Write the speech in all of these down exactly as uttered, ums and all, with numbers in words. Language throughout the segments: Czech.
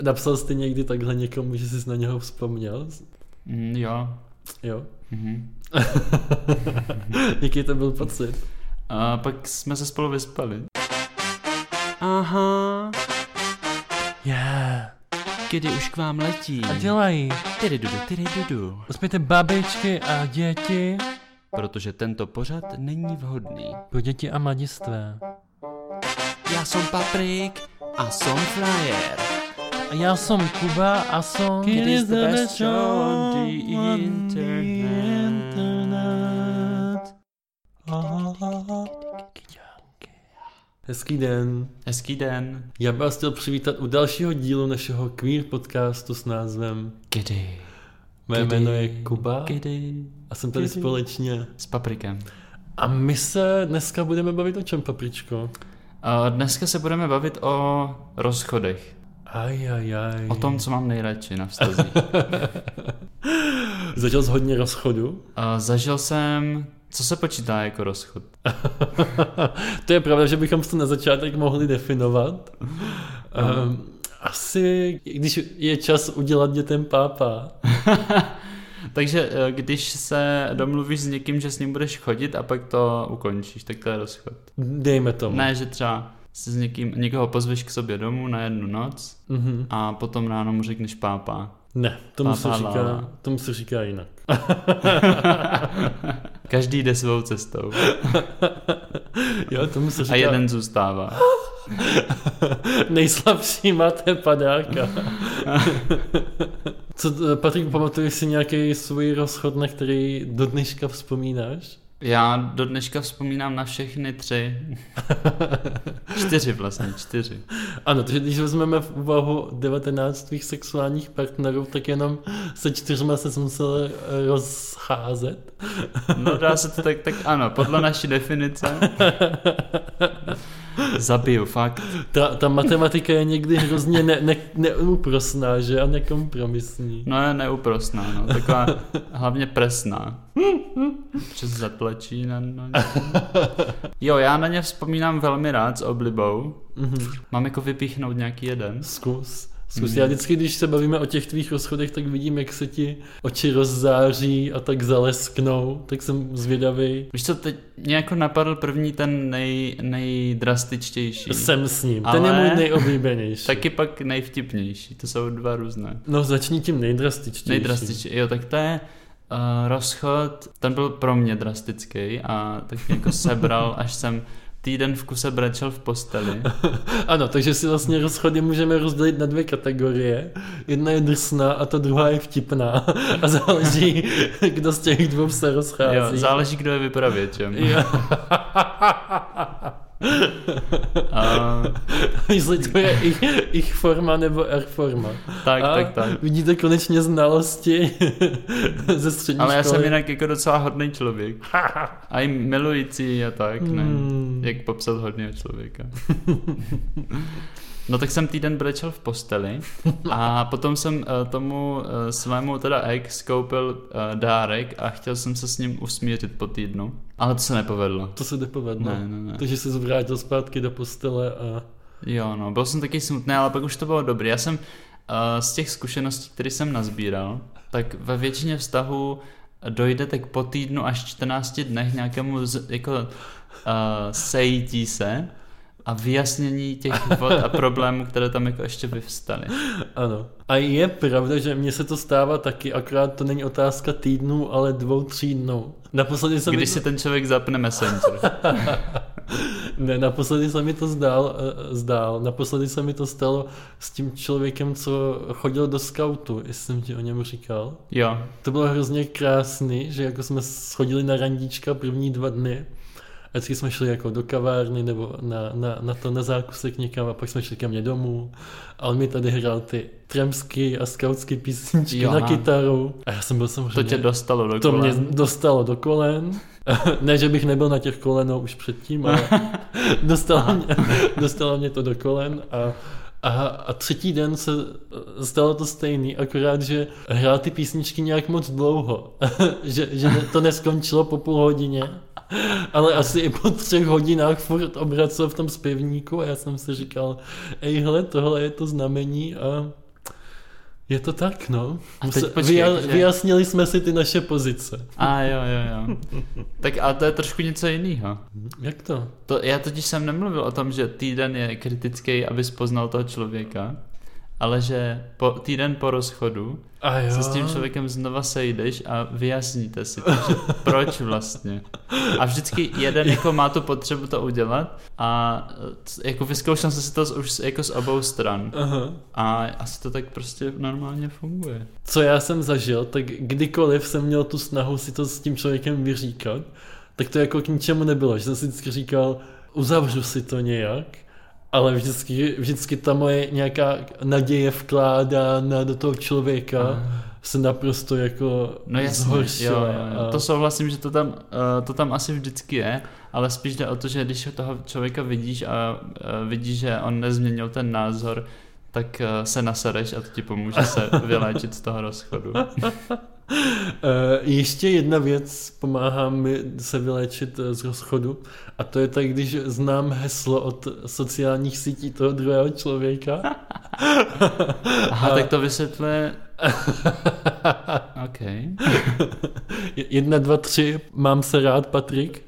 Napsal jsi někdy takhle někomu, že jsi na něho vzpomněl? Mm, jo. Jo? Mm-hmm. Jaký to byl pocit? A pak jsme se spolu vyspali. Aha. Yeah. Kdy už k vám letí. A dělají. Tyry dudu, tyry dudu. Uspějte babičky a děti. Protože tento pořad není vhodný. Pro děti a mladistvé. Já jsem Paprik a jsem Flyer. A já jsem Kuba a jsem It is the best show on the internet. Hezký den. Hezký den. Já bych vás chtěl přivítat u dalšího dílu našeho queer podcastu s názvem Kdy? Mé jméno je Kuba Kdy? a jsem tady Kdy? společně. S Paprikem. A my se dneska budeme bavit o čem, Papričko? A dneska se budeme bavit o rozchodech. Aj, aj, aj. O tom, co mám nejradši na vztazích. Začal jsi hodně rozchodu? A zažil jsem... Co se počítá jako rozchod? To je pravda, že bychom to na začátek mohli definovat. Um, asi, když je čas udělat dětem pápa. Takže když se domluvíš s někým, že s ním budeš chodit a pak to ukončíš, tak to je rozchod. Dejme tomu. Ne, že třeba si s někým, někoho pozveš k sobě domů na jednu noc Mm-hmm. a potom ráno mu řekneš pápa. Ne, tomu se, Pápa říká, lála. tomu se říká jinak. Každý jde svou cestou. Jo, tomu se říká... A jeden zůstává. Nejslabší máte padáka. Co, Patrik, pamatuješ si nějaký svůj rozchod, na který do dneška vzpomínáš? Já do dneška vzpomínám na všechny tři. Čtyři vlastně, čtyři. Ano, takže když vezmeme v úvahu devatenáct tvých sexuálních partnerů, tak jenom se čtyřma se musel rozcházet. No dá se to tak, tak ano, podle naší definice. Zabiju, fakt. Ta, ta matematika je někdy hrozně ne, ne, neúprosná, že? A nekompromisní. No je neúprosná, no. Taková hlavně presná. Přes zatlačí na, na Jo, já na ně vzpomínám velmi rád s oblibou. Mm-hmm. Mám jako vypíchnout nějaký jeden. Zkus. Zkus. Mm. Já vždycky, když se bavíme o těch tvých rozchodech, tak vidím, jak se ti oči rozzáří a tak zalesknou, tak jsem zvědavý. Víš co, teď mě jako napadl první ten nej, nejdrastičtější. Jsem s ním, Ale ten je můj nejoblíbenější. Taky pak nejvtipnější, to jsou dva různé. No začni tím nejdrastičtější. Nejdrastičtější, jo, tak to je uh, rozchod, ten byl pro mě drastický a tak mě jako sebral, až jsem týden v kuse brečel v posteli. Ano, takže si vlastně rozchody můžeme rozdělit na dvě kategorie. Jedna je drsná a ta druhá je vtipná. A záleží, kdo z těch dvou se rozchází. Jo, záleží, kdo je vypravěčem. Jo. A... Jestli to je ich, ich forma nebo R forma. Tak, a tak, tak. Vidíte konečně znalosti ze střední Ale já školy. jsem jinak jako docela hodný člověk. A i milující a tak, ne? Hmm. Jak popsat hodného člověka. No tak jsem týden brečel v posteli a potom jsem uh, tomu uh, svému teda ex koupil uh, dárek a chtěl jsem se s ním usmířit po týdnu. Ale to se nepovedlo. To se nepovedlo. Ne, ne, ne. Takže jsi zvrátil zpátky do postele a... Jo, no, byl jsem taky smutný, ale pak už to bylo dobrý. Já jsem uh, z těch zkušeností, které jsem nazbíral, tak ve většině vztahů dojdete k po týdnu až čtrnácti dnech nějakému z, jako uh, sejítí se a vyjasnění těch vod a problémů, které tam jako ještě vyvstaly. Ano. A je pravda, že mně se to stává taky, akorát to není otázka týdnů, ale dvou, tří dnů. Naposledy se Když mi si to... ten člověk zapne Messenger. Ne, naposledy se mi to zdál, zdál. Naposledy se mi to stalo s tím člověkem, co chodil do skautu, jestli jsem ti o něm říkal. Jo. To bylo hrozně krásný, že jako jsme schodili na randíčka první dva dny. A vždycky jsme šli jako do kavárny nebo na, na, na to na zákusek někam a pak jsme šli ke mně domů a on mi tady hrál ty trampský a skautský písničky Jo, na aha. kytaru a já jsem byl samozřejmě... To tě dostalo do To kolen. mě dostalo do kolen. Ne, že bych nebyl na těch kolenou už předtím, ale dostalo mě, dostalo mě to do kolen a A, a třetí den se stalo to stejný, akorát, že hrál ty písničky nějak moc dlouho, že, že to neskončilo po půl hodině, ale asi i po třech hodinách furt obracel v tom zpěvníku a já jsem si říkal, ej hele, tohle je to znamení a Je to tak, no. A teď počkej, Vyja- že... Vyjasnili jsme si ty naše pozice. A jo, jo, jo. Tak a to je trošku něco jiného. Jak to? To, já totiž jsem nemluvil o tom, že týden je kritický, abys poznal toho člověka, ale že po, týden po rozchodu a jo. se s tím člověkem znova sejdeš a vyjasníte si to, že proč vlastně. A vždycky jeden jako má tu potřebu to udělat a jako vyzkoušel jsem si to už jako z obou stran. Aha. A asi to tak prostě normálně funguje. Co já jsem zažil, tak kdykoliv jsem měl tu snahu si to s tím člověkem vyříkat, tak to jako k ničemu nebylo. Že jsem si vždycky říkal, uzavřu si to nějak, ale vždycky, vždycky ta moje nějaká naděje vkládána do toho člověka uh. se naprosto jako no jasně, zhoršila. Jo, jo, jo. A... To souhlasím, že to tam, uh, to tam asi vždycky je, ale spíš jde o to, že když toho člověka vidíš a uh, vidíš, že on nezměnil ten názor, tak uh, se nasereš a to ti pomůže se vyléčit z toho rozchodu. Uh, ještě jedna věc pomáhá mi se vyléčit z rozchodu a to je tak, když znám heslo od sociálních sítí toho druhého člověka. Aha, a... tak to vysvětluje... OK. Jedna, dva, tři, mám se rád, Patrik.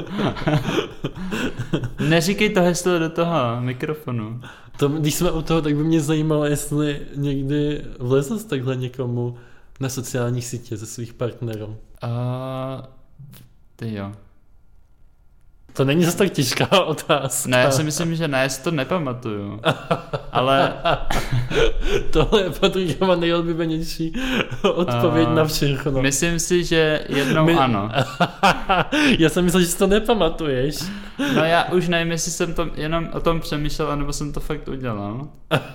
Neříkej to heslo do toho mikrofonu. To, když jsme u toho, tak by mě zajímalo, jestli někdy vlezl jsi takhle někomu na sociální sítě ze svých partnerů. Uh, ty jo. To není zase tak těžká otázka. Ne, já si myslím, že ne, já si to nepamatuju. Ale... Tohle je Patrikova nejoblíbenější odpověď uh, na všechno. Myslím si, že jednou My... ano. Já jsem myslel, že si to nepamatuješ. No já už nevím, jestli jsem to jenom o tom přemýšlel, anebo jsem to fakt udělal.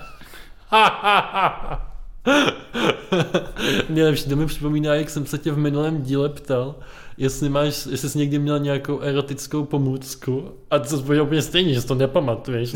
Nejlepší, to mi připomíná, jak jsem se tě v minulém díle ptal, jestli máš, jestli jsi někdy měl nějakou erotickou pomůcku a to bylo úplně stejně, že jsi to nepamatuješ.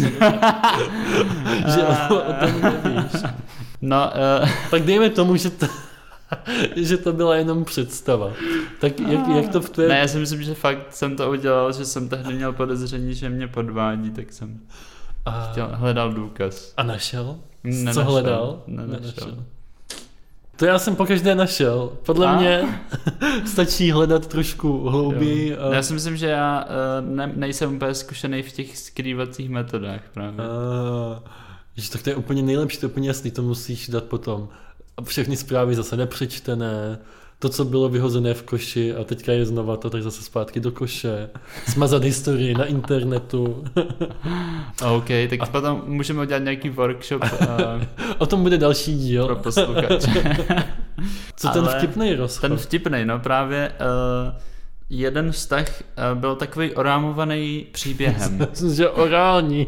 Že o, o tom nevíš. No, uh... tak dejme tomu, že to, že to byla jenom představa. Tak jak, jak to v tvé... Ne, já si myslím, že fakt jsem to udělal, že jsem tehdy měl podezření, že mě podvádí, tak jsem a... chtěl, hledal důkaz. A našel? Nenašel. Co hledal? Nenašel. Nenašel. To já jsem pokaždé našel. Podle a? mě stačí hledat trošku hlouběji. A... Já si myslím, že já ne, nejsem úplně zkušený v těch skrývacích metodách právě. A, že tak to je úplně nejlepší, to je úplně jasný, to musíš dát potom. A všechny zprávy zase nepřečtené, to, co bylo vyhozené v koši a teďka je znova to, tak zase zpátky do koše. Smazat historii na internetu. OK, tak a... potom můžeme udělat nějaký workshop. Uh, o tom bude další díl. Pro posluchače. Co ten vtipnej rozchod? Ten vtipnej, no právě uh, jeden vztah uh, byl takový orámovaný příběhem. Myslím, že orální.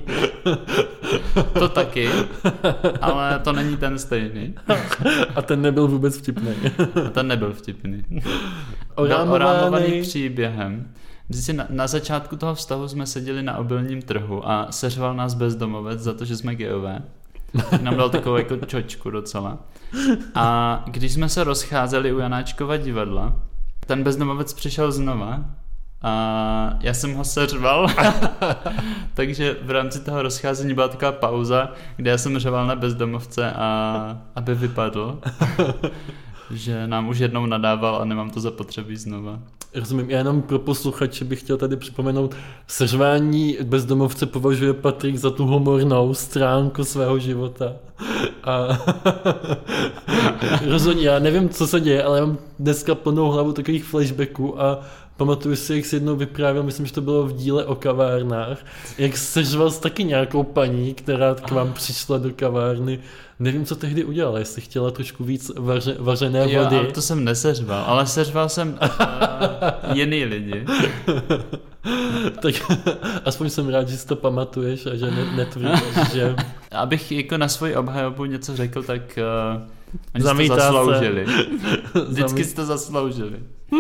To taky, ale to není ten stejný. A ten nebyl vůbec vtipný. A ten nebyl vtipný. Orámovaný... Byl orámovaný příběhem. Vždycky na, na začátku toho vztahu jsme seděli na obilním trhu a seřval nás bezdomovec za to, že jsme gejové. Nám dal takovou jako čočku docela. A když jsme se rozcházeli u Janáčkova divadla, ten bezdomovec přišel znova a já jsem ho seřval, takže v rámci toho rozcházení byla taková pauza, kde já jsem řeval na bezdomovce, a aby vypadl, že nám už jednou nadával a nemám to zapotřebí znova. Rozumím, já jenom pro posluchače bych chtěl tady připomenout, seřvání bezdomovce považuje Patrik za tu humornou stránku svého života. A rozhodně, já nevím, co se děje, ale já mám dneska plnou hlavu takových flashbacků a pamatuju si, jak si jednou vyprávěl, myslím, že to bylo v díle o kavárnách, jak seřval s taky nějakou paní, která k vám přišla do kavárny. Nevím, co tehdy udělala, jestli chtěla trošku víc vaře, vařené jo, vody. Jo, to jsem neseřval, ale seřval jsem uh, jiný lidi. Tak aspoň jsem rád, že si to pamatuješ a že ne, netvrdíš, že... Abych jako na svoji obhajobu něco řekl, tak uh, oni si to zasloužili. Vždycky si to zasloužili.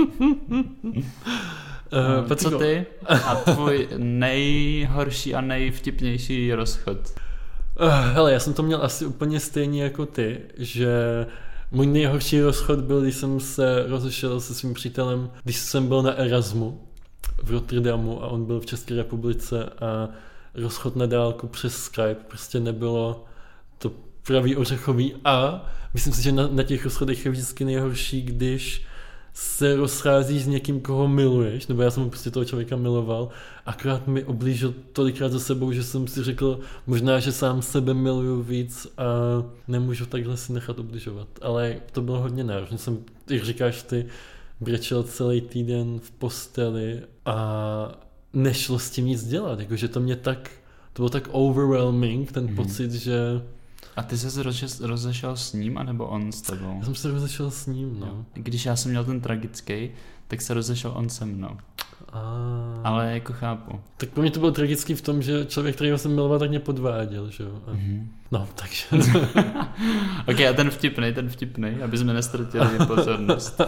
Uh, Co ty? A tvůj nejhorší a nejvtipnější rozchod? Uh, hele, já jsem to měl asi úplně stejně jako ty, že můj nejhorší rozchod byl, když jsem se rozešel se svým přítelem, když jsem byl na Erasmu v Rotterdamu a on byl v České republice a rozchod na dálku přes Skype prostě nebylo to pravý ořechový a myslím si, že na, na těch rozchodech je vždycky nejhorší, když se rozcházíš s někým, koho miluješ, nebo já jsem prostě toho člověka miloval, akorát mi oblížil tolikrát za sebou, že jsem si řekl, možná, že sám sebe miluju víc a nemůžu takhle si nechat obližovat. Ale to bylo hodně náročné. Jsem, jak říkáš ty, brečel celý týden v posteli a nešlo s tím nic dělat. Jakože to mě tak, to bylo tak overwhelming, ten mm. pocit, že... A ty jsi se rozešel s ním, anebo on s tebou? Já jsem se rozešel s ním, no. Když já jsem měl ten tragický, tak se rozešel on se mnou. A... Ale jako chápu. Tak pro mě to bylo tragický v tom, že člověk, kterýho jsem miloval, tak mě podváděl, že jo. A... Mm-hmm. No, takže... Ok, a ten vtipnej, ten vtipnej, aby jsme nestratili pozornost.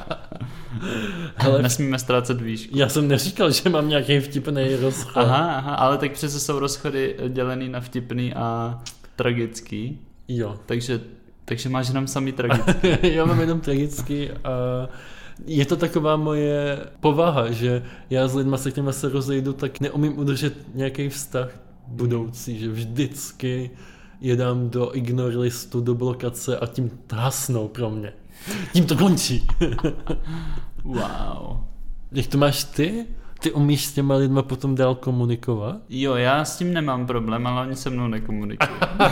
Ale nesmíme ztrácet výšku. Já jsem neříkal, že mám nějaký vtipnej rozchod. Aha, aha, ale tak přece jsou rozchody dělený na vtipný a tragický. Jo. Takže, takže máš jenom samý tragický. Já mám jenom tragický a je to taková moje povaha, že já s lidma, se kterýma se rozejdu, tak neumím udržet nějaký vztah budoucí, že vždycky je dám do ignore listu, do blokace a tím hasnou pro mě. Tím to končí. Wow. Jak to máš ty? Ty umíš s těma lidma potom dál komunikovat? Jo, já s tím nemám problém, ale oni se mnou nekomunikují.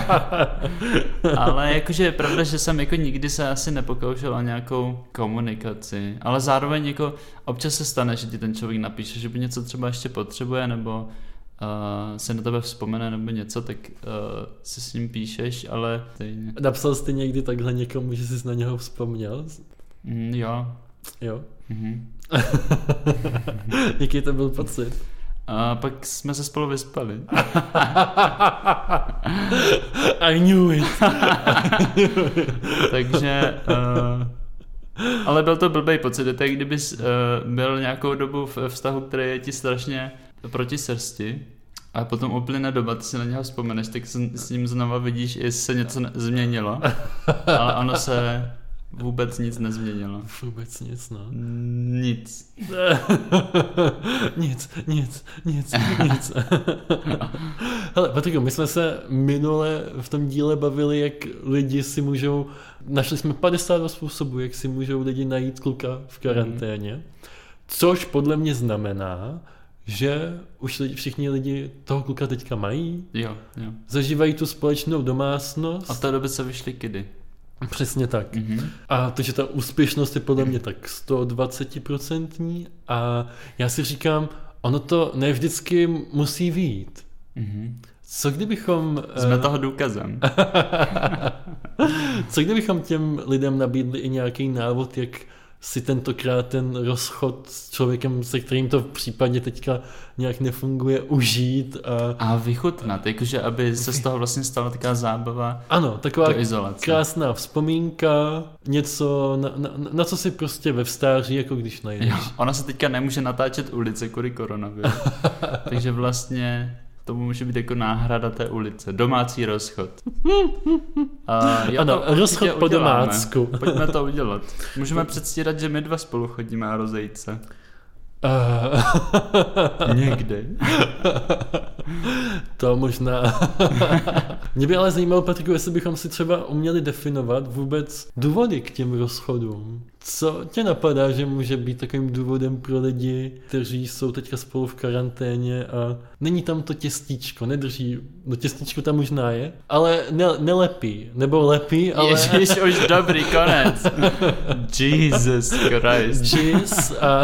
Ale jakože je pravda, že jsem jako nikdy se asi nepokoušel o nějakou komunikaci. Ale zároveň jako občas se stane, že ti ten člověk napíše, že by něco třeba ještě potřebuje, nebo uh, se na tebe vzpomene, nebo něco, tak uh, si s ním píšeš, ale stejně. Napsal jsi někdy takhle někomu, že jsi na něho vzpomněl? Mm, jo. Jo? Mhm. Jaký to byl pocit? A pak jsme se spolu vyspali. I knew it. Takže uh, ale byl to blbej pocit, je to jak kdybys uh, byl nějakou dobu v vztahu, který je ti strašně proti srsti a potom uplyne doba, ty si na něho vzpomeneš, tak s, s ním znova vidíš, jestli se něco ne- změnilo, ale ono se vůbec nic nezměnilo. Vůbec nic, no. Nic. nic, nic, nic, nic. Hele, Patriku, my jsme se minule v tom díle bavili, jak lidi si můžou, našli jsme padesát dva způsobů, jak si můžou lidi najít kluka v karanténě, mm. což podle mě znamená, že už lidi, všichni lidi toho kluka teďka mají, jo, jo. zažívají tu společnou domácnost. A v té době se vyšly kidy. Přesně tak. Mm-hmm. A takže ta úspěšnost je podle mě tak sto dvacet procent a já si říkám, ono to ne vždycky musí vyjít. Mm-hmm. Co kdybychom... Jsme toho důkazem. Co kdybychom těm lidem nabídli i nějaký návod, jak si tentokrát ten rozchod s člověkem, se kterým to v případě teďka nějak nefunguje, užít a... A vychutnat, jakože aby se z toho vlastně stala taková zábava. Ano, taková krásná vzpomínka, něco, na, na, na co si prostě ve stáří, jako když najdeš. Jo, ona se teďka nemůže natáčet ulice kvůli koronaviru. Takže vlastně... To může být jako náhrada té ulice. Domácí rozchod. A jo, ano, rozchod po uděláme. domácku. Pojďme to udělat. Můžeme předstírat, že my dva spolu chodíme a rozejít se. Uh... Někdy. To možná. Mě by ale zajímalo, Patriku, jestli bychom si třeba uměli definovat vůbec důvody k těm rozchodům. Co tě napadá, že může být takovým důvodem pro lidi, kteří jsou teďka spolu v karanténě a není tam to těstíčko, nedrží, no těstíčko tam možná je, ale ne, nelepí, nebo lepí, ale... Ježiš, už dobrý, konec. Jesus Christ. Jeez a...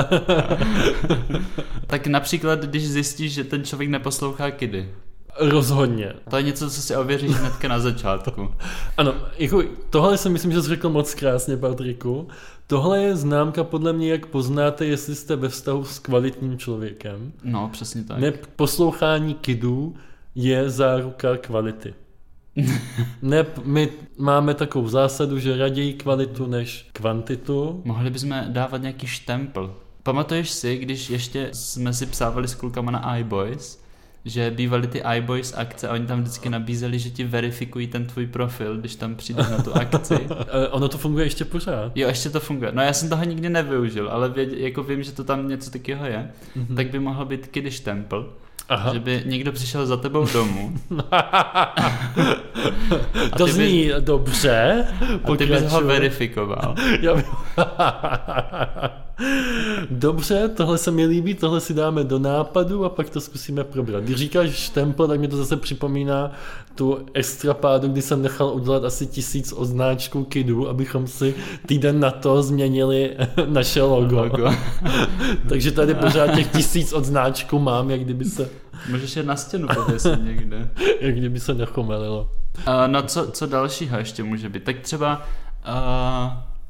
Tak například, když zjistíš, že ten člověk neposlouchá kidy. Rozhodně. To je něco, co si ověříš hnedka na začátku. Ano, jako tohle si myslím, že jsi řekl moc krásně, Patriku. Tohle je známka podle mě, jak poznáte, jestli jste ve vztahu s kvalitním člověkem. No, přesně tak. Ne, poslouchání kidů je záruka kvality. Ne, my máme takovou zásadu, že raději kvalitu než kvantitu. Mohli bychom dávat nějaký štempl. Pamatuješ si, když ještě jsme si psávali s klukama na iBoys, že bývaly ty iBoys akce a oni tam vždycky nabízeli, že ti verifikují ten tvůj profil, když tam přijdeš na tu akci. Ono to funguje ještě pořád. Jo, ještě to funguje. No já jsem toho nikdy nevyužil, ale věd, jako vím, že to tam něco takového je. Mm-hmm. Tak by mohl být kiddy štempl. Aha. Že by někdo přišel za tebou domů. To zní bys, dobře. A ty bys ho verifikoval. Já by... Dobře, tohle se mi líbí, tohle si dáme do nápadu a pak to zkusíme probrat. Když říkáš štempl, tak mi to zase připomíná tu extrapádu, kdy jsem nechal udělat asi tisíc odznáčků kidů, abychom si týden na to změnili naše logo. logo. Takže tady pořád těch tisíc odznáčků mám, jak kdyby se... Můžeš je na stěnu pověsit někde. Jak kdyby se nechomelilo. Uh, no co, co dalšího ještě může být? Tak třeba... Uh...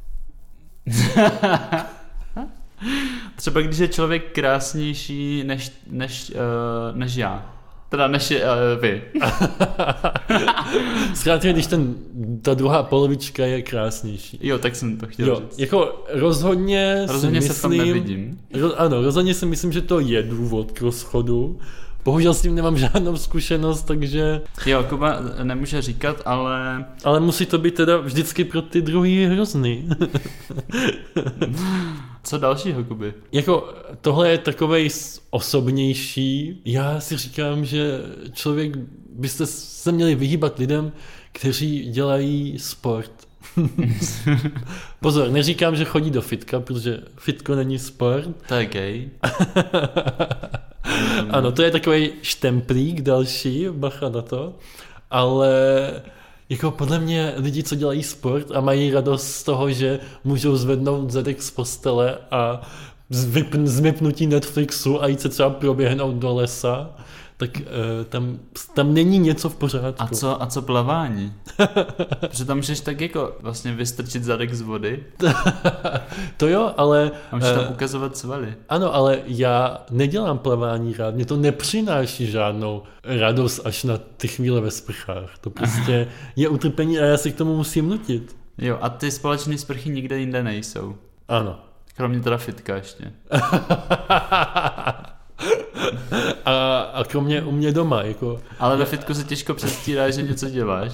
Třeba když je člověk krásnější než, než, uh, než já. Teda než je, uh, vy. Zkrátka, když ten, ta druhá polovička je krásnější. Jo, tak jsem to chtěl jo, říct. Jako rozhodně, rozhodně si se myslím, v tom nevidím. Ro, ano, rozhodně si myslím, že to je důvod k rozchodu. Bohužel s tím nemám žádnou zkušenost, takže... Jo, Kuba nemůže říkat, ale... Ale musí to být teda vždycky pro ty druhý hrozný. Co dalšího, Kuby? Jako tohle je takovej osobnější. Já si říkám, že člověk byste se měli vyhýbat lidem, kteří dělají sport. Pozor, neříkám, že chodí do fitka, protože fitko není sport. To je gay. Ano, to je takový štemplík další, bacha na to, ale jako podle mě lidi, co dělají sport a mají radost z toho, že můžou zvednout zadek z postele a z, vypn- z vypnutí Netflixu a jít se třeba proběhnout do lesa, tak uh, tam, tam není něco v pořádku. A co, a co plavání? Protože tam můžeš tak jako vlastně vystrčit zadek z vody. To jo, ale... A můžeš tam uh, ukazovat svaly. Ano, ale já nedělám plavání rád. Mně to nepřináší žádnou radost až na ty chvíle ve sprchách. To prostě je utrpení a já si k tomu musím nutit. Jo, a ty společné sprchy nikde jinde nejsou. Ano. Kromě teda fitka ještě. A, a kromě u mě doma. Jako... Ale ve fitku se těžko přestírá, že něco děláš.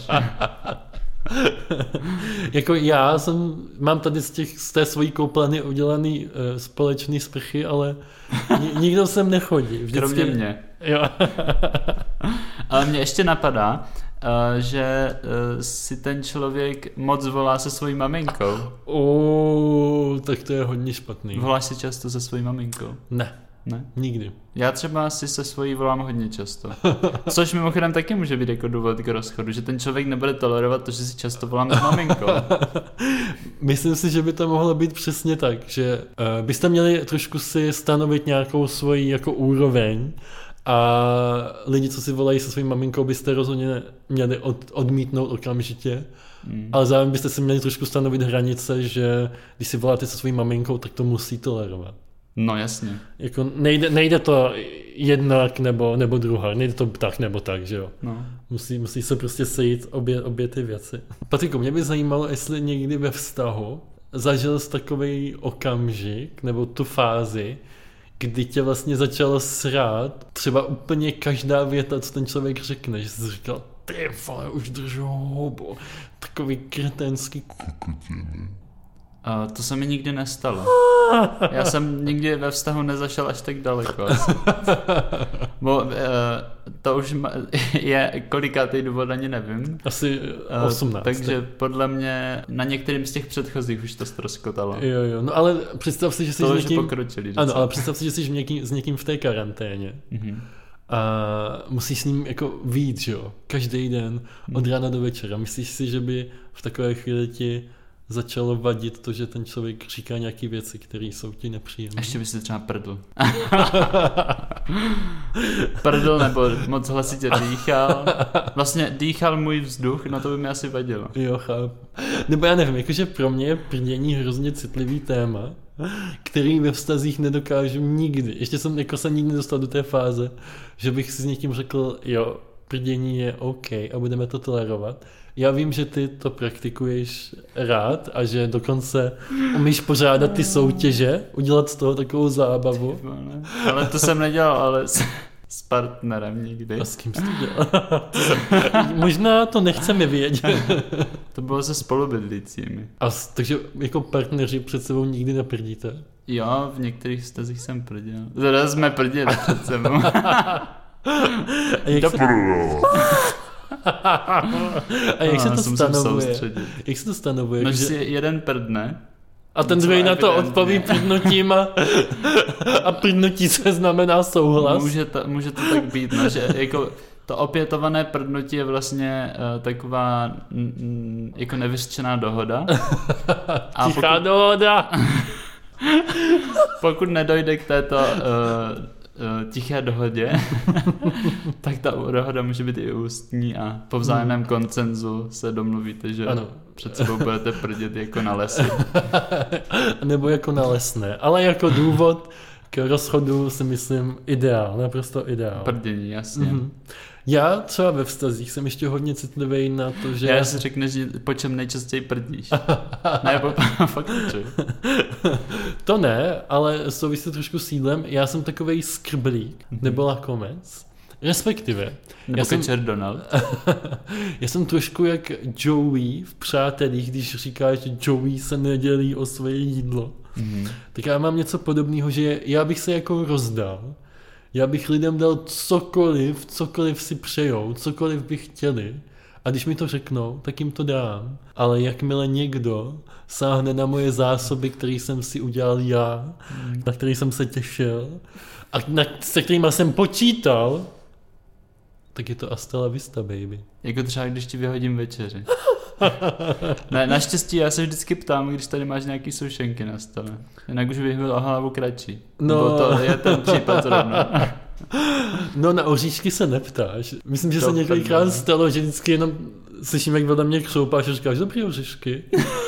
Jako já jsem, mám tady z, těch, z té svojí koupelny udělaný uh, společný sprchy, ale ni, nikdo sem nechodí. Vždycky... Kromě mě. Jo. Ale mě ještě napadá, uh, že uh, si ten člověk moc volá se svojí maminkou. Uh, tak to je hodně špatný. Voláš si často se svojí maminkou? Ne. Ne? Nikdy. Já třeba si se svojí volám hodně často. Což mimochodem taky může být jako důvod k rozchodu, že ten člověk nebude tolerovat to, že si často volám s maminkou. Myslím si, že by to mohlo být přesně tak, že uh, byste měli trošku si stanovit nějakou svoji jako úroveň a lidi, co si volají se svojí maminkou, byste rozhodně měli od, odmítnout okamžitě. Hmm. Ale zároveň byste si měli trošku stanovit hranice, že když si voláte se svojí maminkou, tak to musí tolerovat. No jasně. Jako nejde, nejde to jednak nebo, nebo druhá, nejde to tak nebo tak, že jo. No. Musí, musí se prostě sejít obě, obě ty věci. Patriku, mě by zajímalo, jestli někdy ve vztahu zažil jsi takový okamžik nebo tu fázi, kdy tě vlastně začalo srát třeba úplně každá věta, co ten člověk řekne, že jsi říkal, ty vole, už držu hubu, takový kretenský kokotiny. Uh, to se mi nikdy nestalo. Já jsem nikdy ve vztahu nezašel až tak daleko. Bo uh, to už je kolikátý důvod, ani nevím. Asi osmnáct. Uh, takže podle mě na některým z těch předchozích už to ztroskotalo. Jo, jo, no ale představ si, že jsi to s někým... pokročili. Ano, ale představ si, že jsi někým, s někým v té karanténě. Mm-hmm. A musíš s ním jako vyjít, že jo, každý den od rána do večera. Myslíš si, že by v takové chvíli ti začalo vadit to, že ten člověk říká nějaké věci, které jsou ti nepříjemné? Ještě by si třeba prdl. Prdl nebo moc hlasitě dýchal. Vlastně dýchal můj vzduch, no to by mi asi vadilo. Jo, chápu. Nebo já nevím, jakože pro mě je prdění hrozně citlivý téma, který ve vztazích nedokážu nikdy. Ještě jsem jako se nikdy nedostal do té fáze, že bych si s někým řekl, jo, prdění je OK a budeme to tolerovat. Já vím, že ty to praktikuješ rád a že dokonce umíš pořádat ty soutěže, udělat z toho takovou zábavu. Ale to jsem nedělal, ale s, s partnerem nikdy. A s kým jsi to dělal? Možná to nechceme vědět. To bylo se spolubydlícími. A takže jako partneři před sebou nikdy neprdíte? Jo, v některých vztazích jsem prděl. Zda jsme prděli před sebou. A jak se, a jak se to stanovuje? Jak se to stanovuje? No, že si jeden prdne. a ten druhý na to odpoví prdnutím a, a prdnutí se znamená souhlas. Může to, může to tak být, no, že jako to opětované prdnutí je vlastně uh, taková mm, jako nevyřčená dohoda. A Tichá pokud, dohoda. pokud nedojde k této uh, uh, tiché dohodě, tak ta dohoda může být i ústní a po vzájemném konsenzu se domluvíte, že ano. Před sebou budete prdět jako na lesi. Nebo jako na lesné. Ale jako důvod k rozchodu si myslím ideál, naprosto ideál. Prdění, jasně. Mm-hmm. Já třeba ve vztazích jsem ještě hodně citlivý na to, že... Já si řekneš, že po čem nejčastěji prdíš. Ne, po, fakt nečuji. To ne, ale souvisí trošku s jídlem. Já jsem takovej skrblík, nebo lakomec. Respektive. Nebo já Kečer jsem, Donald. Já jsem trošku jak Joey v Přátelích, když říká, že Joey se nedělí o svoje jídlo. Mm-hmm. Tak já mám něco podobného, že já bych se jako rozdal. Já bych lidem dal cokoliv, cokoliv si přejou, cokoliv by chtěli. A když mi to řeknou, tak jim to dám. Ale jakmile někdo sáhne na moje zásoby, které jsem si udělal já, mm. na který jsem se těšil, a na, se kterýma jsem počítal, tak je to hasta la vista, baby. Jako třeba, když ti vyhodím večeři. Ne, naštěstí já se vždycky ptám, když tady máš nějaký sušenky na stole. Jinak už bych byl o hlavu kratší. No. Bo to je ten případ zrovna. No na oříšky se neptáš. Myslím, že to se několikrát stalo, že vždycky jenom slyším, jak vedle mě křoupáš a říkáš, dobrý oříšky.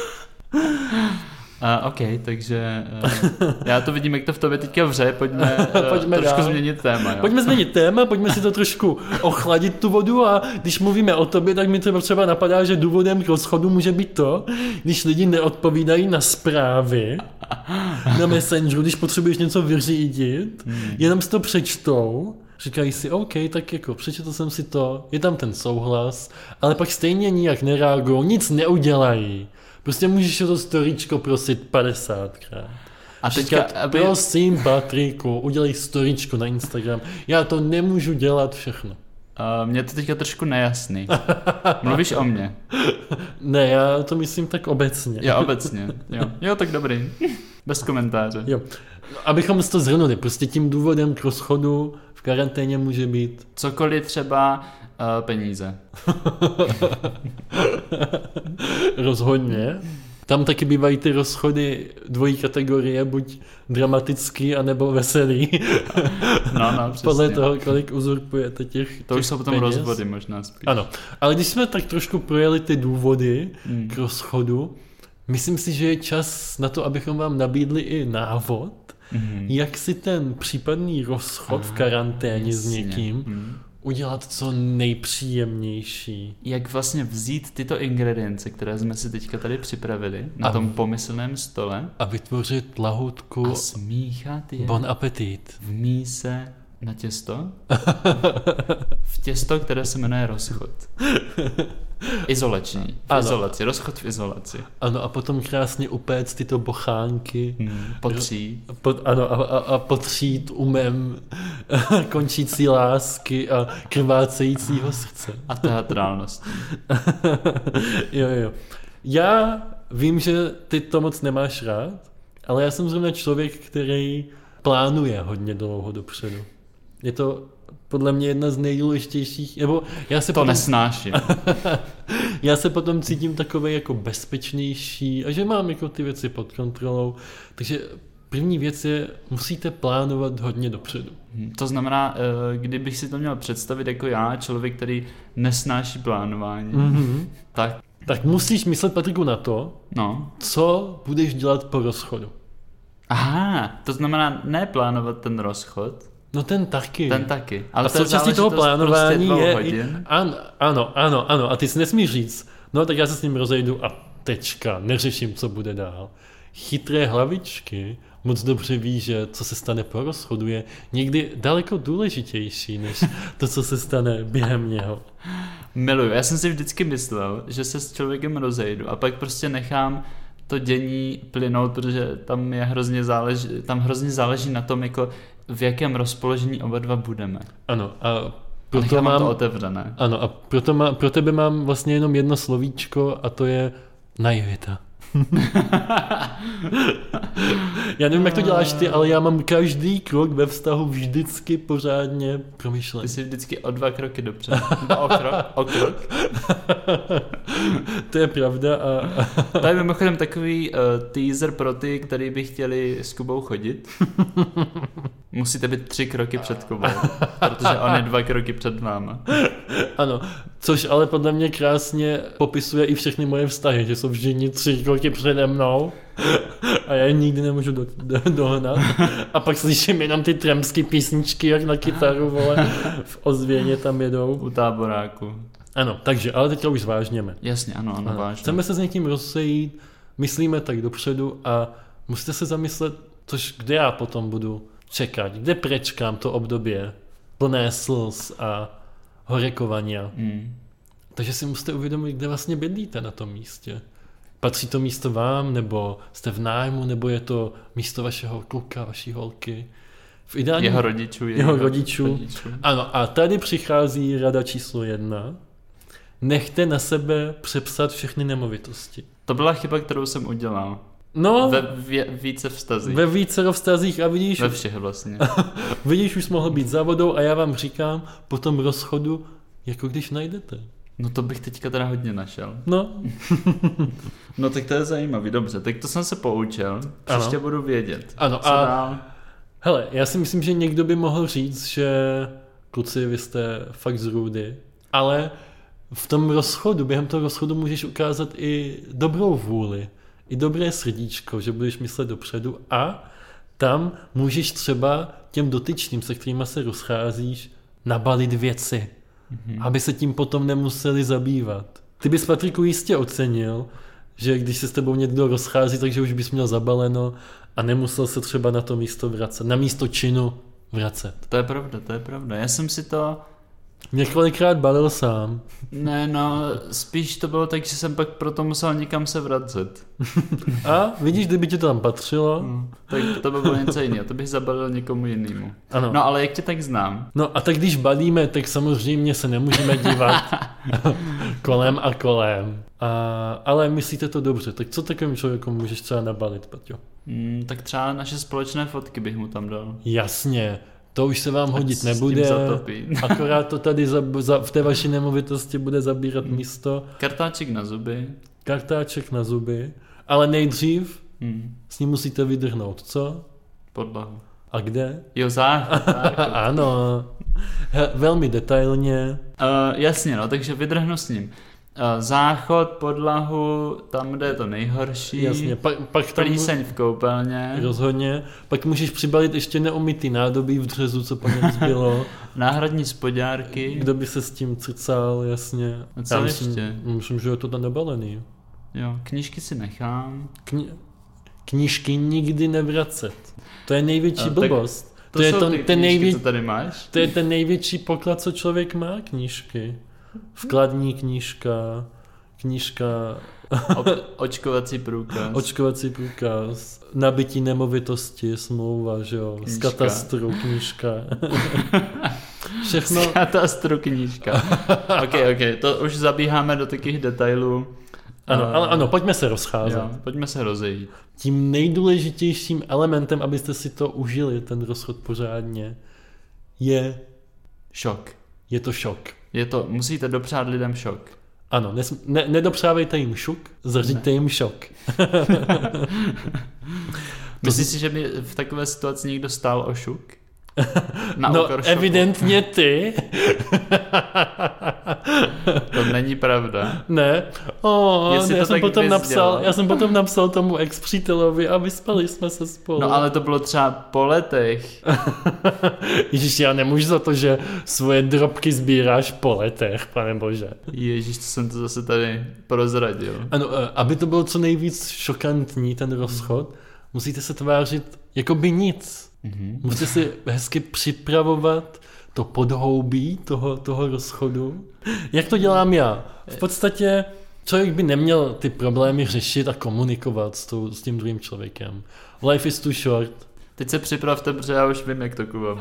Uh, OK, takže uh, já to vidím, jak to v tobě teďka vře, pojďme, uh, pojďme trošku dál. změnit téma. Jo? Pojďme změnit téma, pojďme si to trošku ochladit tu vodu a když mluvíme o tobě, tak mi třeba, třeba napadá, že důvodem k rozchodu může být to, když lidi neodpovídají na zprávy na Messengeru, když potřebuješ něco vyřídit, hmm. jenom si to přečtou, říkají si, OK, tak jako přečetl jsem si to, je tam ten souhlas, ale pak stejně nijak nereagují, nic neudělají. Prostě můžeš to storíčko prosit padesátkrát. A teďka, říkat, aby... prosím Patriku, udělej storíčko na Instagram. Já to nemůžu dělat všechno. Uh, mně to teďka trošku nejasný. Mluvíš o mně? Ne, já to myslím tak obecně. Jo, obecně. Jo, jo tak dobrý. Bez komentáře. Jo. Abychom si to zhrnuli, prostě tím důvodem k rozchodu v karanténě může být... Cokoliv třeba uh, peníze. Rozhodně. Tam taky bývají ty rozchody dvojí kategorie, buď dramatický, anebo veselý. No, no, přesně. Podle toho, kolik uzurpujete těch To už jsou potom peněz. rozvody možná spíš. Ano, ale když jsme tak trošku projeli ty důvody hmm. k rozchodu, myslím si, že je čas na to, abychom vám nabídli i návod, hmm. jak si ten případný rozchod ah, v karanténě jasně. s někým hmm. udělat co nejpříjemnější. Jak vlastně vzít tyto ingredience, které jsme si teďka tady připravili na a, tom pomyslném stole a vytvořit lahůdku a smíchat je bon appetit v míse na těsto v těsto, které se jmenuje rozchod. Izolační. V izolaci. Rozchod v izolaci. Ano, a potom krásně upéct tyto bochánky. Hmm, potřít. Pot, ano, a, a, a potřít umem končící lásky a krvácejícího srdce. A teatrálnost. Jo, jo. Já vím, že ty to moc nemáš rád, ale já jsem zrovna člověk, který plánuje hodně dlouho dopředu. Je to podle mě jedna z nejdůležitějších, nebo já se to potom, nesnáším. Já se potom cítím takovej jako bezpečnější a že mám jako ty věci pod kontrolou, takže první věc je, musíte plánovat hodně dopředu. To znamená, kdybych si to měl představit jako já, člověk, který nesnáší plánování, mm-hmm. tak... Tak musíš myslet, Patriku, na to, no. co budeš dělat po rozchodu. Aha, to znamená ne plánovat ten rozchod. No ten taky. Ten taky. Ale a součástí toho plánování prostě je... I, an, ano, ano, ano. A ty si nesmíš říct, no tak já se s ním rozejdu a tečka, neřeším, co bude dál. Chytré hlavičky moc dobře ví, že co se stane po rozchodu je někdy daleko důležitější, než to, co se stane během něho. Miluju. Já jsem si vždycky myslel, že se s člověkem rozejdu a pak prostě nechám to dění plynout, protože tam je hrozně záleží, tam hrozně záleží na tom, jako v jakém rozpoložení oba dva budeme. Ano, a proto proto mám to otevřené. Ano, a proto má, pro tebe mám vlastně jenom jedno slovíčko a to je naivita. Já nevím, jak to děláš ty, ale já mám každý krok ve vztahu vždycky pořádně promyšlený. Ty jsi vždycky o dva kroky dopředu. O krok? O krok? To je pravda. A, a... To je mimochodem takový uh, teaser pro ty, který by chtěli s Kubou chodit. Musíte být tři kroky před Kubou, protože on je dva kroky před váma. Ano, což ale podle mě krásně popisuje i všechny moje vztahy, že jsou vždy tři kroky přede mnou a já je nikdy nemůžu do, do, dohnat. A pak slyším jenom ty tramský písničky, jak na kytaru, vole, v ozvěně tam jedou. U táboráku. Ano, takže, ale teďka už zvážněme. Jasně, ano, ano, ano, vážně. Chceme se s někým rozsejít, myslíme tak dopředu a musíte se zamyslet, což kde já potom budu čekat, kde prečkám to období plné slz a horekovania. Mm. Takže si musíte uvědomit, kde vlastně bydlíte na tom místě. Patří to místo vám, nebo jste v nájmu, nebo je to místo vašeho kluka, vaší holky. V ideálním... Jeho rodičů. Jeho, jeho rodičů. rodičů. Ano, a tady přichází rada číslo jedna. Nechte na sebe přepsat všechny nemovitosti. To byla chyba, kterou jsem udělal. No, ve vě, více vztazích. Ve více vztazích a vidíš... Ve všech vlastně. Vidíš, už mohl být závodou a já vám říkám, po tom rozchodu, jako když najdete. No to bych teďka teda hodně našel. No. No tak to je zajímavý, dobře, tak to jsem se poučil, příště budu vědět. Ano, co a dál? Hele, já si myslím, že někdo by mohl říct, že kluci, vy jste fakt zrůdy, ale v tom rozchodu, během toho rozchodu můžeš ukázat i dobrou vůli, i dobré srdíčko, že budeš myslet dopředu a tam můžeš třeba těm dotyčným, se kterýma se rozcházíš, nabalit věci, mm-hmm. aby se tím potom nemuseli zabývat. Ty bys, Patriku, jistě ocenil, že když se s tebou někdo rozchází, takže už bys měl zabaleno a nemusel se třeba na to místo vracet, na místo činu vracet. To je pravda, to je pravda. Já jsem si to... Několikrát balil sám. Ne, no, spíš to bylo tak, že jsem pak proto musel někam se vracet. A vidíš, kdyby ti to tam patřilo. Hmm. Tak to by bylo něco jiného, to bych zabalil někomu jinému. Ano. No ale jak tě tak znám? No a tak když balíme, tak samozřejmě se nemůžeme dívat kolem a kolem. A, ale myslíte to dobře, tak co takovým člověkom můžeš třeba nabalit, Paťo? Hmm, tak třeba naše společné fotky bych mu tam dal. Jasně. To už se vám hodit nebude, akorát to tady za, za, v té vaší nemovitosti bude zabírat hmm. místo. Kartáček na zuby. Kartáček na zuby, ale nejdřív hmm. s ním musíte vydrhnout, co? Podlahu. A kde? Jo, záchod. Ano, He, velmi detailně. Uh, jasně, no, takže vydrhnu s ním. Uh, záchod, podlahu, tam, kde je to nejhorší. Jasně, pak, pak tam... Plíseň v koupelně. Rozhodně. Pak můžeš přibalit ještě neumytý nádobí v dřezu, co po něm zbylo. Náhradní spodňárky. Kdo by se s tím crcal, jasně. A co Já ještě? Myslím, myslím, že je to tam nabalený. Jo, knížky si nechám. Kni... Knížky nikdy nevracet. To je největší A, blbost. To, to je jsou to, ty ten knížky, nejvě... co tady máš? To je ten největší poklad, co člověk má, knížky. Vkladní knížka, knížka... O, očkovací průkaz. Očkovací průkaz, nabití nemovitosti, smlouva, že jo, z katastru knížka. Všechno. Z katastru knížka. ok, ok, to už zabíháme do takových detailů. Ano, uh, ano, pojďme se rozcházet. Jo, pojďme se rozejít. Tím nejdůležitějším elementem, abyste si to užili, ten rozchod pořádně, je... Šok. Je to šok. Je to, musíte dopřát lidem šok. Ano, nes, ne, nedopřávejte jim šuk, zařiďte jim šok. Myslíš si, že by v takové situaci někdo stál o šuk? Na no, evidentně ty. To není pravda. Ne. Oh, ne já, jsem potom napsal, já jsem potom napsal tomu ex-přítelovi a vyspali jsme se spolu. No ale to bylo třeba po letech. Ježíš, já nemůžu za to, že svoje drobky sbíráš po letech, pane bože. Ježíš, to jsem to zase tady prozradil. Ano, aby to bylo co nejvíc šokantní, ten rozchod, musíte se tvářit jako by nic. Mm-hmm. Musíte si hezky připravovat to podhoubí toho, toho rozchodu. Jak to dělám já? V podstatě člověk by neměl ty problémy řešit a komunikovat s, tou, s tím druhým člověkem. Life is too short. Teď se připravte, protože já už vím, jak to kuvám.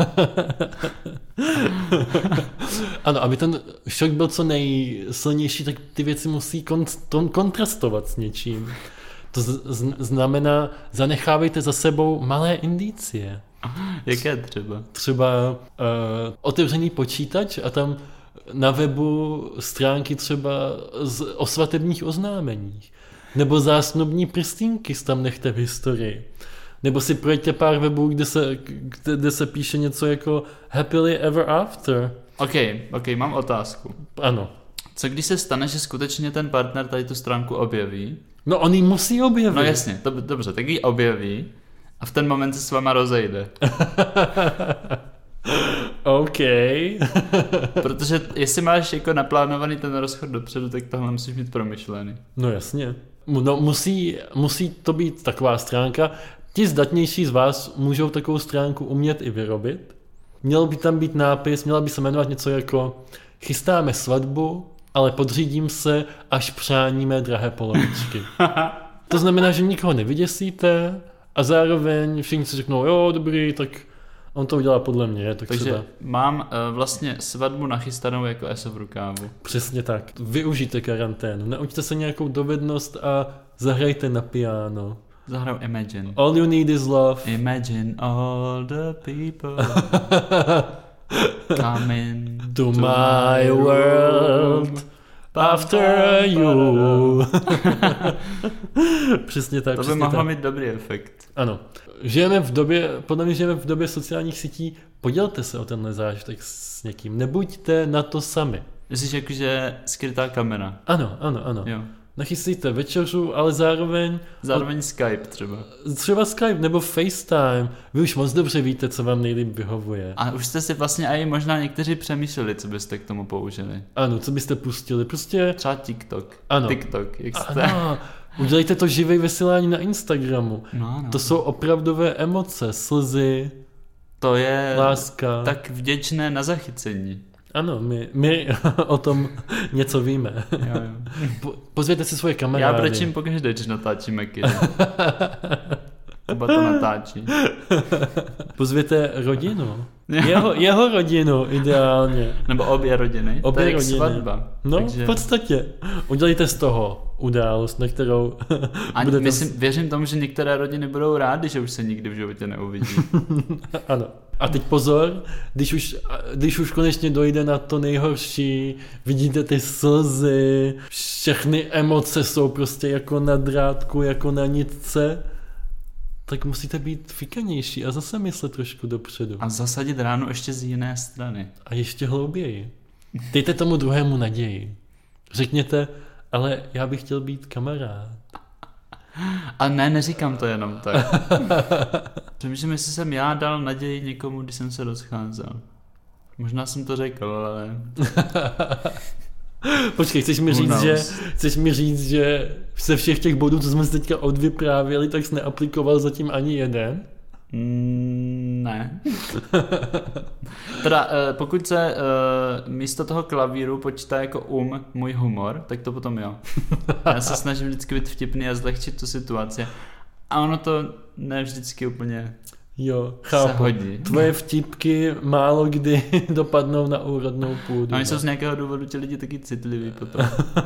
Ano, aby ten šok byl co nejsilnější, tak ty věci musí kon- kontrastovat s něčím. To z- z- znamená, zanechávejte za sebou malé indicie. Jaké třeba? Třeba uh, otevřený počítač a tam na webu stránky třeba z, o svatebních oznámeních. Nebo zásnubní prstínky tam nechte v historii. Nebo si projďte pár webů, kde se, kde, kde se píše něco jako happily ever after. OK, OK, mám otázku. Ano. Co když se stane, že skutečně ten partner tady tu stránku objeví? No on ji musí objevit. No jasně, to, dobře, tak ji objeví a v ten moment se s váma rozejde. OK. Protože jestli máš jako naplánovaný ten rozchod dopředu, tak tohle musíš mít promyšlený. No jasně. No, musí, musí to být taková stránka. Ti zdatnější z vás můžou takovou stránku umět i vyrobit. Měl by tam být nápis, měla by se jmenovat něco jako chystáme svatbu, ale podřídím se, až přání mé drahé polovičky. To znamená, že nikoho nevyděsíte a zároveň všichni si řeknou, jo, dobrý, tak on to udělá podle mě. Tak Takže třeba... mám uh, vlastně svatbu nachystanou jako eso v rukávu. Přesně tak. Využijte karanténu, naučte se nějakou dovednost a zahrajte na piano. Zahraju Imagine. All you need is love. Imagine all the people coming To, to my world after you. Přesně tak. To by přesně mohlo tak. mít dobrý efekt. Ano. Žijeme v době, podle mě žijeme v době sociálních sítí, podělte se o tenhle zážitek s někým. Nebuďte na to sami. Jsi jakože skrytá kamera. Ano, ano, ano. Jo. Nachystejte večeřu, ale zároveň... Zároveň od... Skype třeba. Třeba Skype nebo FaceTime. Vy už moc dobře víte, co vám nejlíp vyhovuje. A už jste si vlastně i možná někteří přemýšleli, co byste k tomu použili. Ano, co byste pustili. Prostě... Třeba TikTok. Ano. TikTok, jak jste... Ano. Udělejte to živý vysílání na Instagramu. No, no. To jsou opravdové emoce, slzy, to je láska. Tak vděčné na zachycení. Ano, my, my o tom něco víme. Jo, jo. Po, pozvěte si svoje kamarády. Já brečím pokaždé, když natáčíme kino. Kuba to natáčí. Pozvěte rodinu. Jeho, jeho rodinu ideálně. Nebo obě rodiny. Obě to je rodiny. Svatba. No, Takže... v podstatě. Udělejte z toho událost, na kterou A budete... myslím, věřím tomu, že některé rodiny budou rádi, že už se nikdy v životě neuvidí. Ano. A teď pozor, když už, když už konečně dojde na to nejhorší, vidíte ty slzy, všechny emoce jsou prostě jako na drátku, jako na nitce, tak musíte být fikanější a zase myslet trošku dopředu. A zasadit ránu ještě z jiné strany. A ještě hlouběji. Dejte tomu druhému naději. Řekněte, ale já bych chtěl být kamarád. A ne, neříkám to jenom tak. Přemýšlím, jestli jsem já dal naději někomu, když jsem se rozcházel. Možná jsem to řekl, ale... Počkej, chceš mi říct, že, chceš mi říct, že ze všech těch bodů, co jsme si teďka odvyprávěli, tak jsi neaplikoval zatím ani jeden? Mm, ne. Teda pokud se místo toho klavíru počítá jako um můj humor, tak to potom jo. Já se snažím vždycky být vtipný a zlehčit tu situaci. A ono to ne vždycky úplně jo, chápu. se hodí. Tvoje vtipky málo kdy dopadnou na úrodnou půdu. No, oni jsou z nějakého důvodu ti lidi taky citliví potom.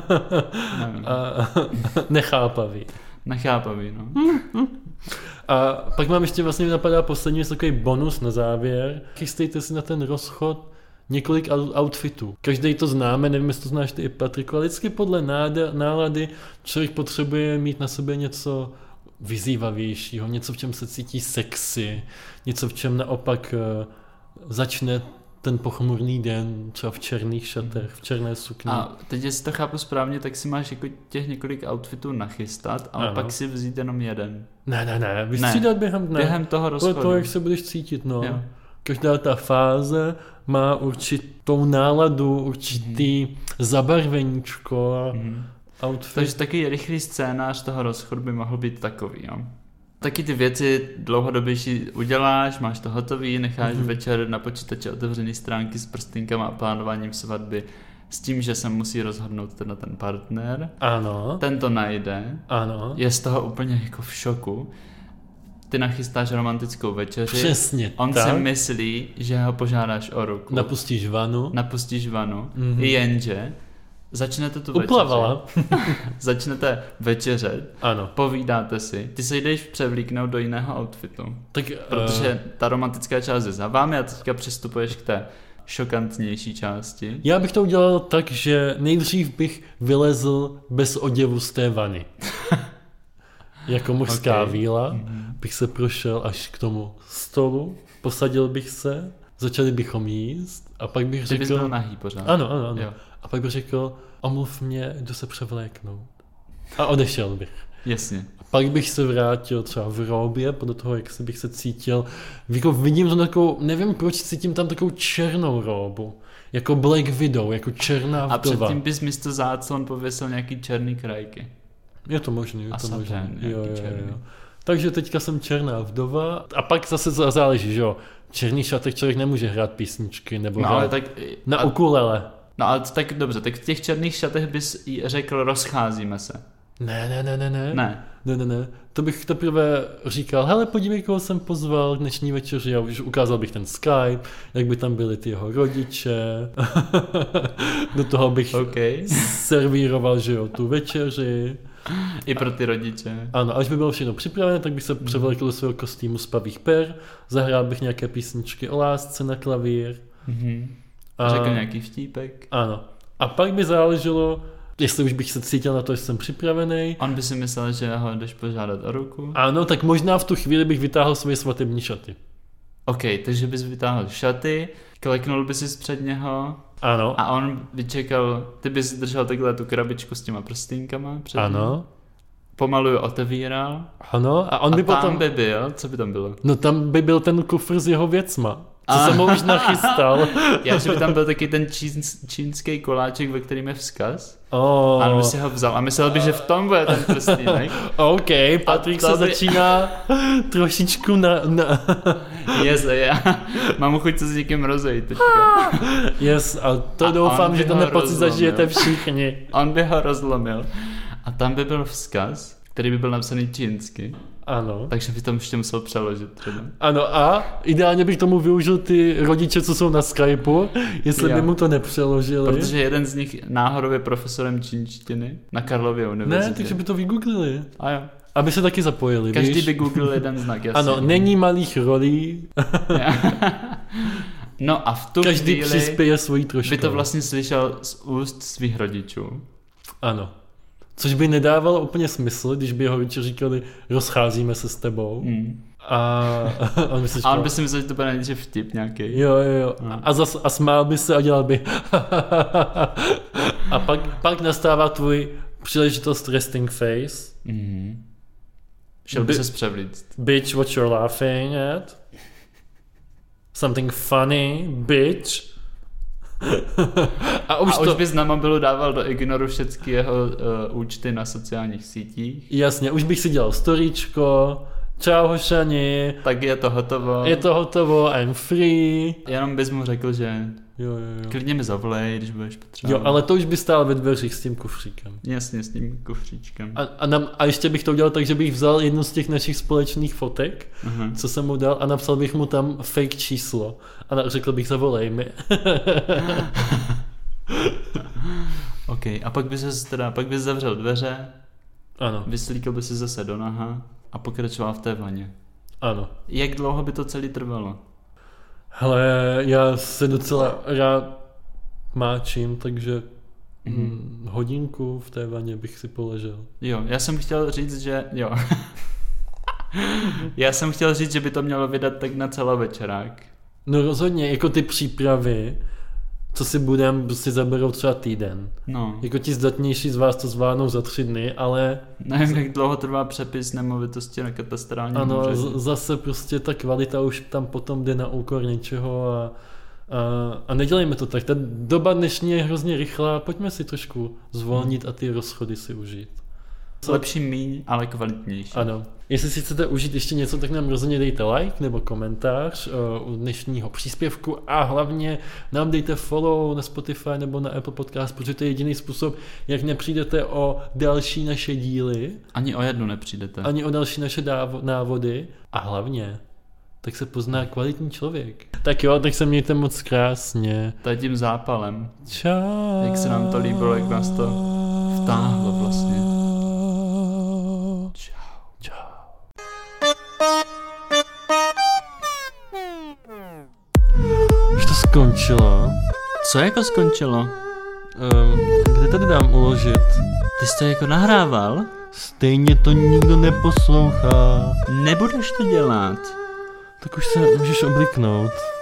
A nechápaví. Nechápavý, no. A pak mám ještě vlastně napadá poslední takový bonus na závěr. Chystejte si na ten rozchod několik outfitů. Každý to známe, nevím, jestli to znáš ty i Patriku, ale vždycky podle nálady člověk potřebuje mít na sobě něco vyzývavějšího, něco, v čem se cítí sexy, něco, v čem naopak začne ten pochmurný den, třeba v černých šatech, v černé sukni. A teď, jestli to chápu správně, tak si máš jako těch několik outfitů nachystat, ale ano. Pak si vzít jenom jeden. Ne, ne, ne, vystřídat během dne. Během toho rozchodu. Podle toho, jak se budeš cítit, no. Jo. Každá ta fáze má určitou náladu, určitý mm. zabarveníčko a mm. outfit. Takže taky rychlý scénář toho rozchodu by mohl být takový, jo. Taky ty věci dlouhodobější uděláš, máš to hotový, necháš mm-hmm. večer na počítači otevřený stránky s prstýnkama a plánováním svatby s tím, že se musí rozhodnout teda ten partner. Ano. Ten to najde. Ano. Je z toho úplně jako v šoku. ty nachystáš romantickou večeři. Přesně On tak. si myslí, že ho požádáš o ruku. Napustíš vanu. Napustíš vanu. Mhm. Jenže začnete tu večeři. Uplavala. Začnete večeřet. Ano. Povídáte si. Ty se jdeš převlíknout do jiného outfitu. Tak, Protože uh, ta romantická část je za vámi a teďka přistupuješ k té šokantnější části. já bych to udělal tak, že nejdřív bych vylezl bez oděvu z té vany. Jako mužská Okay. víla Mhm. bych se prošel až k tomu stolu, posadil bych se, začali bychom jíst a pak bych Ty bys řekl... byl nahý pořád. Ano, ano, ano. Jo. A pak bych řekl, omluv mě, jdu se převléknout. A odešel bych. Jasně. A pak bych se vrátil třeba v róbě, podle toho, jak se bych se cítil. Jako vidím tam takovou, nevím proč cítím tam takovou černou róbu. Jako Black Widow, jako černá A vdova. předtím bys místo záclon pověsil nějaký černý krajky. Je to možný, je A to možný. satén nějaký Jo, jo, černý. jo. Takže teďka jsem černá vdova a pak zase za- záleží, že jo. V černých šatech člověk nemůže hrát písničky nebo No hrát ale tak... na a, ukulele. no ale tak dobře, tak v těch černých šatech bys jí řekl rozcházíme se. Ne, ne, ne, ne, ne. Ne. Ne, ne, ne. To bych teprve říkal, hele, podívej, koho jsem pozval k dnešní večeři a už ukázal bych ten Skype, jak by tam byli ty jeho rodiče. Do toho bych OK. servíroval, že jo, tu večeři. I pro ty rodiče. Ano, a až by bylo všechno připravené, tak bych se převlékl do svého kostýmu z pavých per, zahrál bych nějaké písničky o lásce na klavír. Mhm. A Řekl nějaký vtípek. Ano. A pak by záleželo, jestli už bych se cítil na to, že jsem připravený. On by si myslel, že ho jdeš požádat o ruku. Ano, tak možná v tu chvíli bych vytáhl svoje svatební šaty. OK, takže bys vytáhl šaty, kleknul by si před něho Ano. a on by čekal, ty bys držel takhle tu krabičku s těma prstínkama před ním. Ano. Pomalu ji otevíral. Ano. A on A by tam potom... by byl, co by tam bylo? No tam by byl ten kufr s jeho věcma. Co A- jsem mu už nachystal. Já, že by tam byl taky ten čín, čínský koláček, ve kterým je vzkaz. Oh. A on by si ho vzal a myslel by, že v tom bude ten prstínek. OK, Patrik A se to by- začíná trošičku na... na... Yes, já mám chuť se s někým rozejít teďka. Yes, a to A doufám, on že by ten ho pocit rozlomil. zažijete všichni. On by ho rozlomil. A tam by byl vzkaz, který by byl napsaný čínsky. Ano. Takže by to ještě musel přeložit třeba. Ano a ideálně bych tomu využil ty rodiče, co jsou na Skypeu, jestli Jo. by mu to nepřeložili. Protože jeden z nich náhodou je profesorem čínštiny na Karlově univerzitě. Ne, takže by to vygooglili. A jo. Aby se taky zapojili, Každý víš? by googlil jeden znak, jasně. Ano, není malých rolí, No a v tu každý chvíli přispěje svojí trošku. by to vlastně slyšel z úst svých rodičů. Ano. Což by nedávalo úplně smysl, když by jeho rodiče říkali, rozcházíme se s tebou. Hmm. A on by si A říkal, on by si myslel, že to bude nejdřív vtip nějaký. jo, jo, jo. No. A, zas, a smál by se a dělal by a pak, pak nastává tvůj příležitost resting face. Mm. Šel by By- se zpřevlíct. Bitch, what you're laughing at? Something funny, bitch. a už A to... už bys na mobilu dával do ignoru všechny jeho uh, účty na sociálních sítích. Jasně, už bych si dělal storíčko. Čau hošani, Tak je to hotovo. je to hotovo, I'm free. Jenom bys mu řekl, že Jo, jo, jo. klidně mi zavolej, když budeš potřebovat. Jo, ale to už by stál ve dveřích s tím kufříkem. Jasně, s tím kufříčkem. A, a, nam, a ještě bych to udělal tak, že bych vzal jednu z těch našich společných fotek, Aha. co jsem mu dal a napsal bych mu tam fake číslo. A na- řekl bych, zavolej mi. OK, a pak bys se teda, pak bys zavřel dveře, Ano, vyslíkl by si zase do naha a pokračoval v té vaně. ano. Jak dlouho by to celé trvalo? Hele, já se docela rád máčím, takže Mhm. mm, hodinku v té vaně bych si položil. Jo, já jsem chtěl říct, že jo. Já jsem chtěl říct, že by to mělo vydat tak na celovečerák. No rozhodně, jako ty přípravy, co si budem, prostě zaberou třeba týden. No, Jako ti zdatnější z vás to zvládnou za tři dny, ale nevím, jak dlouho trvá přepis nemovitosti na katastrálním ano, úřadě. z- zase prostě ta kvalita už tam potom jde na úkor něčeho a, a, a nedělejme to tak. Ta doba dnešní je hrozně rychlá, pojďme si trošku zvolnit a ty rozchody si užít. Lepší míň, ale kvalitnější. Ano. Jestli si chcete užít ještě něco, tak nám rozhodně dejte like nebo komentář uh, u dnešního příspěvku a hlavně nám dejte follow na Spotify nebo na Apple Podcast, protože to je jediný způsob, jak nepřijdete o další naše díly. Ani o jednu nepřijdete. Ani o další naše dávo- návody a hlavně tak se pozná kvalitní člověk. Tak jo, tak se mějte moc krásně. To je tím zápalem. Čau. Jak se nám to líbilo, jak nás to vtáhlo vlastně. Čau. Čau. Už to skončilo. Co jako skončilo? Um, kde tady dám uložit? Ty jsi to jako nahrával? Stejně to nikdo neposlouchá. Nebudeš to dělat. Tak už se můžeš obliknout.